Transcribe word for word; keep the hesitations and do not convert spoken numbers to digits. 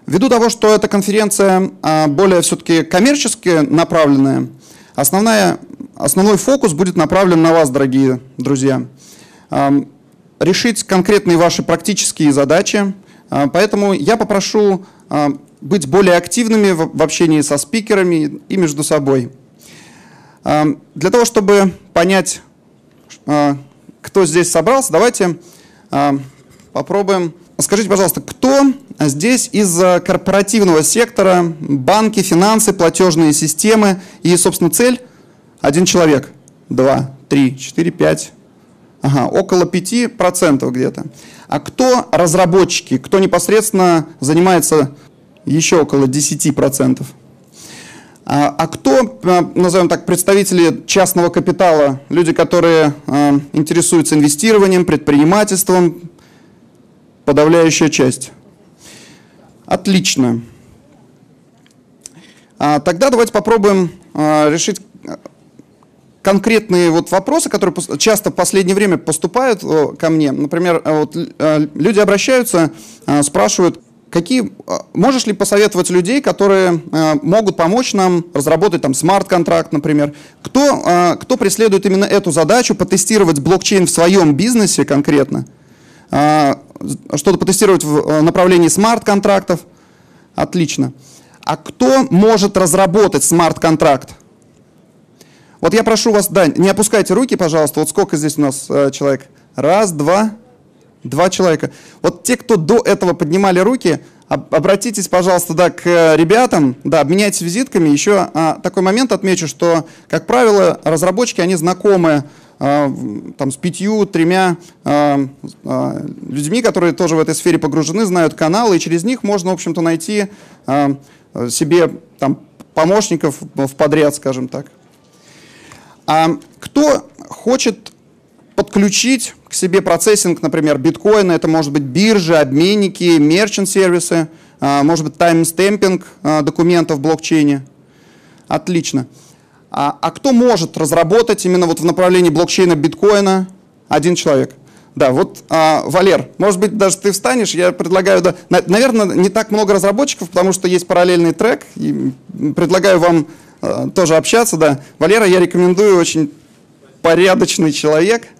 Ввиду того, что эта конференция более все-таки коммерчески направленная, основная, основной фокус будет направлен на вас, дорогие друзья. Решить конкретные ваши практические задачи. Поэтому я попрошу быть более активными в общении со спикерами и между собой. Для того, чтобы понять, кто здесь собрался, давайте попробуем. Скажите, пожалуйста, кто здесь из корпоративного сектора, банки, финансы, платежные системы и, собственно, цель? Один человек. Два, три, четыре, пять. Ага, около пяти процентов где-то. А кто разработчики, кто непосредственно занимается еще около десяти процентов? А, а кто, назовем так, представители частного капитала, люди, которые а, интересуются инвестированием, предпринимательством? Подавляющая часть. Отлично. А, тогда давайте попробуем а, решить конкретные вот вопросы, которые часто в последнее время поступают ко мне. Например, вот, люди обращаются, спрашивают, какие, можешь ли посоветовать людей, которые могут помочь нам разработать там смарт-контракт, например. Кто, кто преследует именно эту задачу, потестировать блокчейн в своем бизнесе конкретно? Что-то потестировать в направлении смарт-контрактов. Отлично. А кто может разработать смарт-контракт? Вот я прошу вас, да, не опускайте руки, пожалуйста. Вот сколько здесь у нас э, человек? Раз, два, два человека. Вот те, кто до этого поднимали руки, об, обратитесь, пожалуйста, да, к ребятам, да, обменяйтесь визитками. Еще а, такой момент отмечу, что, как правило, разработчики, они знакомы а, там, с пятью, тремя а, а, людьми, которые тоже в этой сфере погружены, знают каналы, и через них можно, в общем-то, найти а, себе там, помощников в подряд, скажем так. А кто хочет подключить к себе процессинг, например, биткоина, это может быть биржи, обменники, мерчант-сервисы, может быть таймстемпинг документов в блокчейне? Отлично. А, а кто может разработать именно вот в направлении блокчейна биткоина? Один человек. Да, вот, а, Валер, может быть, даже ты встанешь, я предлагаю, да, на, наверное, не так много разработчиков, потому что есть параллельный трек, и предлагаю вам а, тоже общаться, да. Валера, я рекомендую, очень порядочный человек.